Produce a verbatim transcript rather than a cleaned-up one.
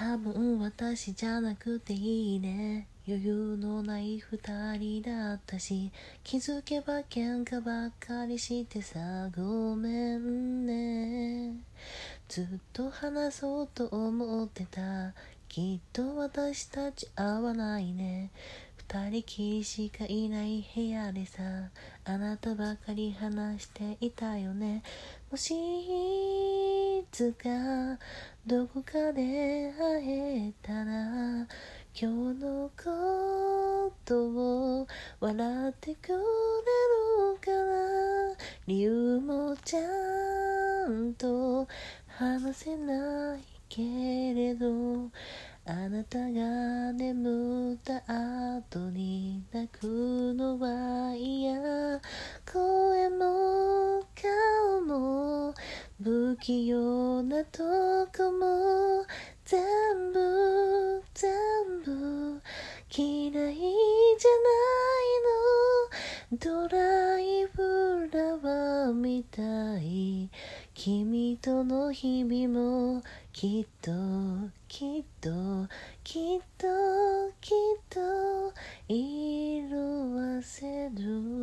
多分私じゃなくていいね。余裕のない二人だったし、気づけば喧嘩ばっかりしてさ、ごめんね。ずっと話そうと思ってた。きっと私たち合わないね。二人きりしかいない部屋でさ、あなたばかり話していたよね。もしいつかどこかで会えたら、今日のことを笑ってくれるかな。理由もちゃんと話せないけれど、あなたが眠った後に泣くのは嫌。声も顔も不器用なとこも全部全部嫌いじゃないの。ドライフラワーみたい。君との日々もきっときっときっときっと色褪せる。